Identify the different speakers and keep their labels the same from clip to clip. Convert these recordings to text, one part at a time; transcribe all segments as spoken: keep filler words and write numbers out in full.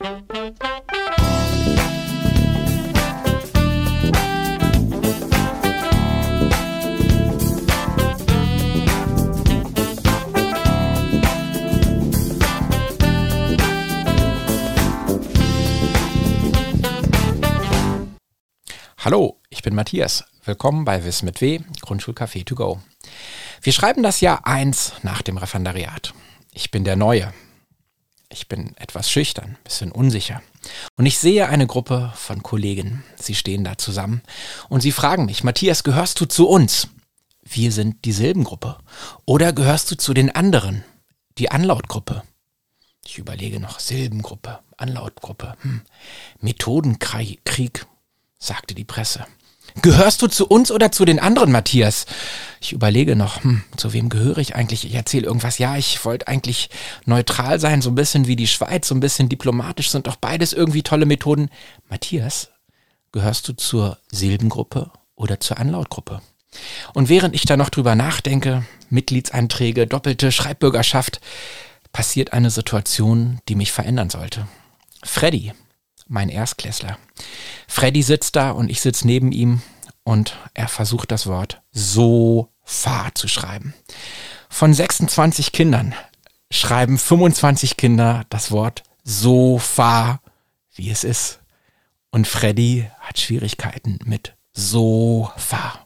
Speaker 1: Hallo, ich bin Matthias. Willkommen bei Wiss mit W, Grundschulcafé to go. Wir schreiben das Jahr eins nach dem Referendariat. Ich bin der Neue. Ich bin etwas schüchtern, bisschen unsicher. Und ich sehe eine Gruppe von Kollegen. Sie stehen da zusammen und sie fragen mich: Matthias, gehörst du zu uns? Wir sind die Silbengruppe. Oder gehörst du zu den anderen, die Anlautgruppe? Ich überlege noch: Silbengruppe, Anlautgruppe, hm. Methodenkrieg, sagte die Presse. Gehörst du zu uns oder zu den anderen, Matthias? Ich überlege noch, hm, zu wem gehöre ich eigentlich? Ich erzähle irgendwas. Ja, ich wollte eigentlich neutral sein, so ein bisschen wie die Schweiz, so ein bisschen diplomatisch, sind doch beides irgendwie tolle Methoden. Matthias, gehörst du zur Silbengruppe oder zur Anlautgruppe? Und während ich da noch drüber nachdenke, Mitgliedseinträge, doppelte Schreibbürgerschaft, passiert eine Situation, die mich verändern sollte. Freddy, mein Erstklässler. Freddy sitzt da und ich sitze neben ihm und er versucht das Wort Sofa zu schreiben. Von sechsundzwanzig Kindern schreiben fünfundzwanzig Kinder das Wort Sofa, wie es ist. Und Freddy hat Schwierigkeiten mit Sofa.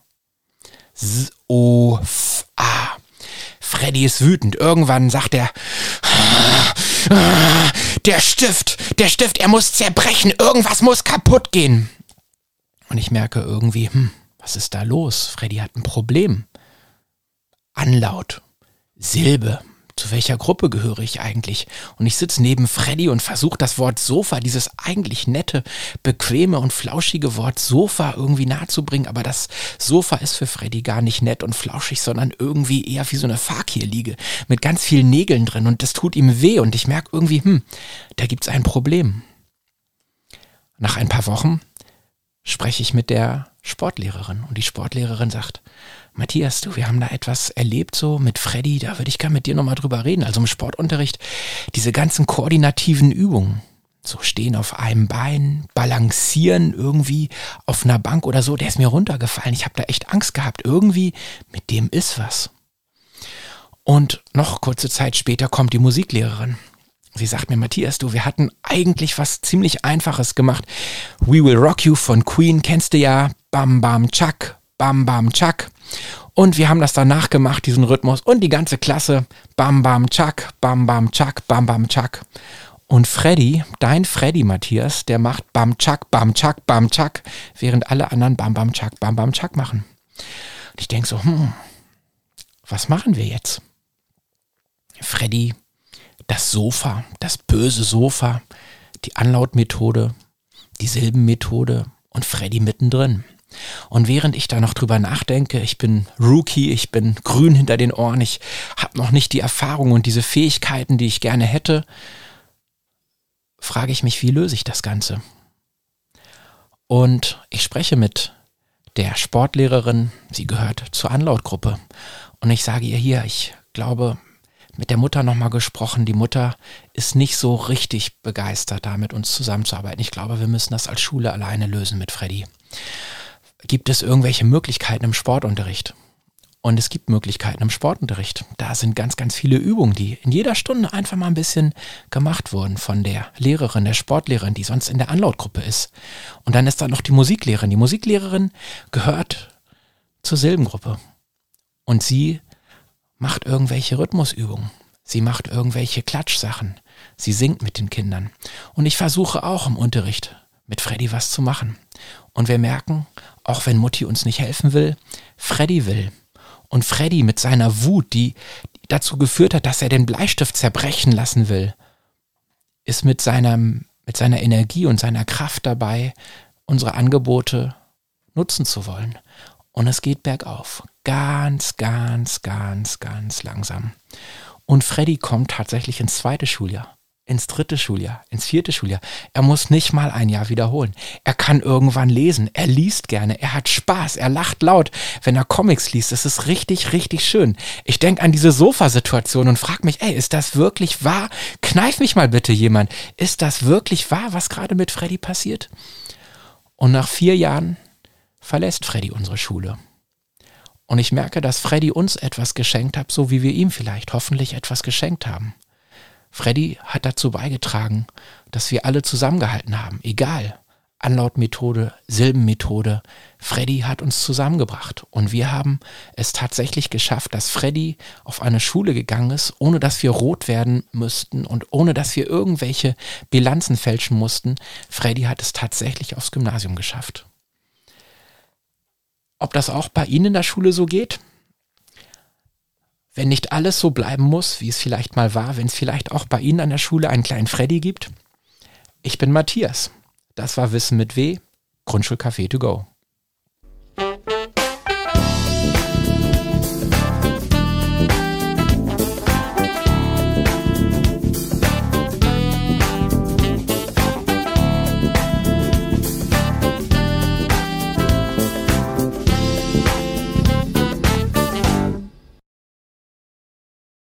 Speaker 1: Sofa. Freddy ist wütend. Irgendwann sagt er: Der Stift, der Stift, er muss zerbrechen, irgendwas muss kaputt gehen. Und ich merke irgendwie, hm, was ist da los? Freddy hat ein Problem. Anlaut, Silbe, zu welcher Gruppe gehöre ich eigentlich? Und ich sitze neben Freddy und versuche das Wort Sofa, dieses eigentlich nette, bequeme und flauschige Wort Sofa irgendwie nahezubringen. Aber das Sofa ist für Freddy gar nicht nett und flauschig, sondern irgendwie eher wie so eine Fakirliege mit ganz vielen Nägeln drin. Und das tut ihm weh und ich merke irgendwie, hm, da gibt's ein Problem. Nach ein paar Wochen spreche ich mit der Sportlehrerin und die Sportlehrerin sagt: Matthias, du, wir haben da etwas erlebt so mit Freddy, da würde ich gerne mit dir nochmal drüber reden. Also im Sportunterricht, diese ganzen koordinativen Übungen, so stehen auf einem Bein, balancieren irgendwie auf einer Bank oder so, der ist mir runtergefallen. Ich habe da echt Angst gehabt, irgendwie mit dem ist was. Und noch kurze Zeit später kommt die Musiklehrerin. Sie sagt mir: Matthias, du, wir hatten eigentlich was ziemlich Einfaches gemacht. We Will Rock You von Queen, kennst du ja, Bam Bam Chuck, Bam Bam Chuck. Und wir haben das danach gemacht, diesen Rhythmus, und die ganze Klasse, Bam Bam Chuck, Bam Bam Chuck, Bam Bam Chuck. Und Freddy, dein Freddy, Matthias, der macht Bam Chuck, Bam Chuck, Bam Chuck, während alle anderen Bam Bam Chuck, Bam Bam Chuck machen. Und ich denke so, hm, was machen wir jetzt? Freddy, das Sofa, das böse Sofa, die Anlautmethode, die Silbenmethode und Freddy mittendrin. Und während ich da noch drüber nachdenke, ich bin Rookie, ich bin grün hinter den Ohren, ich habe noch nicht die Erfahrung und diese Fähigkeiten, die ich gerne hätte, frage ich mich, wie löse ich das Ganze? Und ich spreche mit der Sportlehrerin, sie gehört zur Anlautgruppe. Und ich sage ihr: Hier, ich glaube, mit der Mutter nochmal gesprochen, die Mutter ist nicht so richtig begeistert, da mit uns zusammenzuarbeiten. Ich glaube, wir müssen das als Schule alleine lösen mit Freddy. Gibt es irgendwelche Möglichkeiten im Sportunterricht? Und es gibt Möglichkeiten im Sportunterricht. Da sind ganz, ganz viele Übungen, die in jeder Stunde einfach mal ein bisschen gemacht wurden von der Lehrerin, der Sportlehrerin, die sonst in der Anlautgruppe ist. Und dann ist da noch die Musiklehrerin. Die Musiklehrerin gehört zur Silbengruppe. Und sie macht irgendwelche Rhythmusübungen. Sie macht irgendwelche Klatschsachen. Sie singt mit den Kindern. Und ich versuche auch im Unterricht mit Freddy was zu machen. Und wir merken, auch wenn Mutti uns nicht helfen will, Freddy will. Und Freddy mit seiner Wut, die dazu geführt hat, dass er den Bleistift zerbrechen lassen will, ist mit seiner, mit seiner Energie und seiner Kraft dabei, unsere Angebote nutzen zu wollen. Und es geht bergauf. Ganz, ganz, ganz, ganz langsam. Und Freddy kommt tatsächlich ins zweite Schuljahr. ins dritte Schuljahr, ins vierte Schuljahr. Er muss nicht mal ein Jahr wiederholen. Er kann irgendwann lesen. Er liest gerne. Er hat Spaß. Er lacht laut, wenn er Comics liest. Das ist richtig, richtig schön. Ich denke an diese Sofasituation und frage mich, ey, ist das wirklich wahr? Kneif mich mal bitte jemand. Ist das wirklich wahr, was gerade mit Freddy passiert? Und nach vier Jahren verlässt Freddy unsere Schule. Und ich merke, dass Freddy uns etwas geschenkt hat, so wie wir ihm vielleicht hoffentlich etwas geschenkt haben. Freddy hat dazu beigetragen, dass wir alle zusammengehalten haben, egal, Anlautmethode, Silbenmethode. Freddy hat uns zusammengebracht und wir haben es tatsächlich geschafft, dass Freddy auf eine Schule gegangen ist, ohne dass wir rot werden müssten und ohne dass wir irgendwelche Bilanzen fälschen mussten. Freddy hat es tatsächlich aufs Gymnasium geschafft. Ob das auch bei Ihnen in der Schule so geht? Wenn nicht alles so bleiben muss, wie es vielleicht mal war, wenn es vielleicht auch bei Ihnen an der Schule einen kleinen Freddy gibt. Ich bin Matthias. Das war Wissen mit W, Grundschulcafé to go.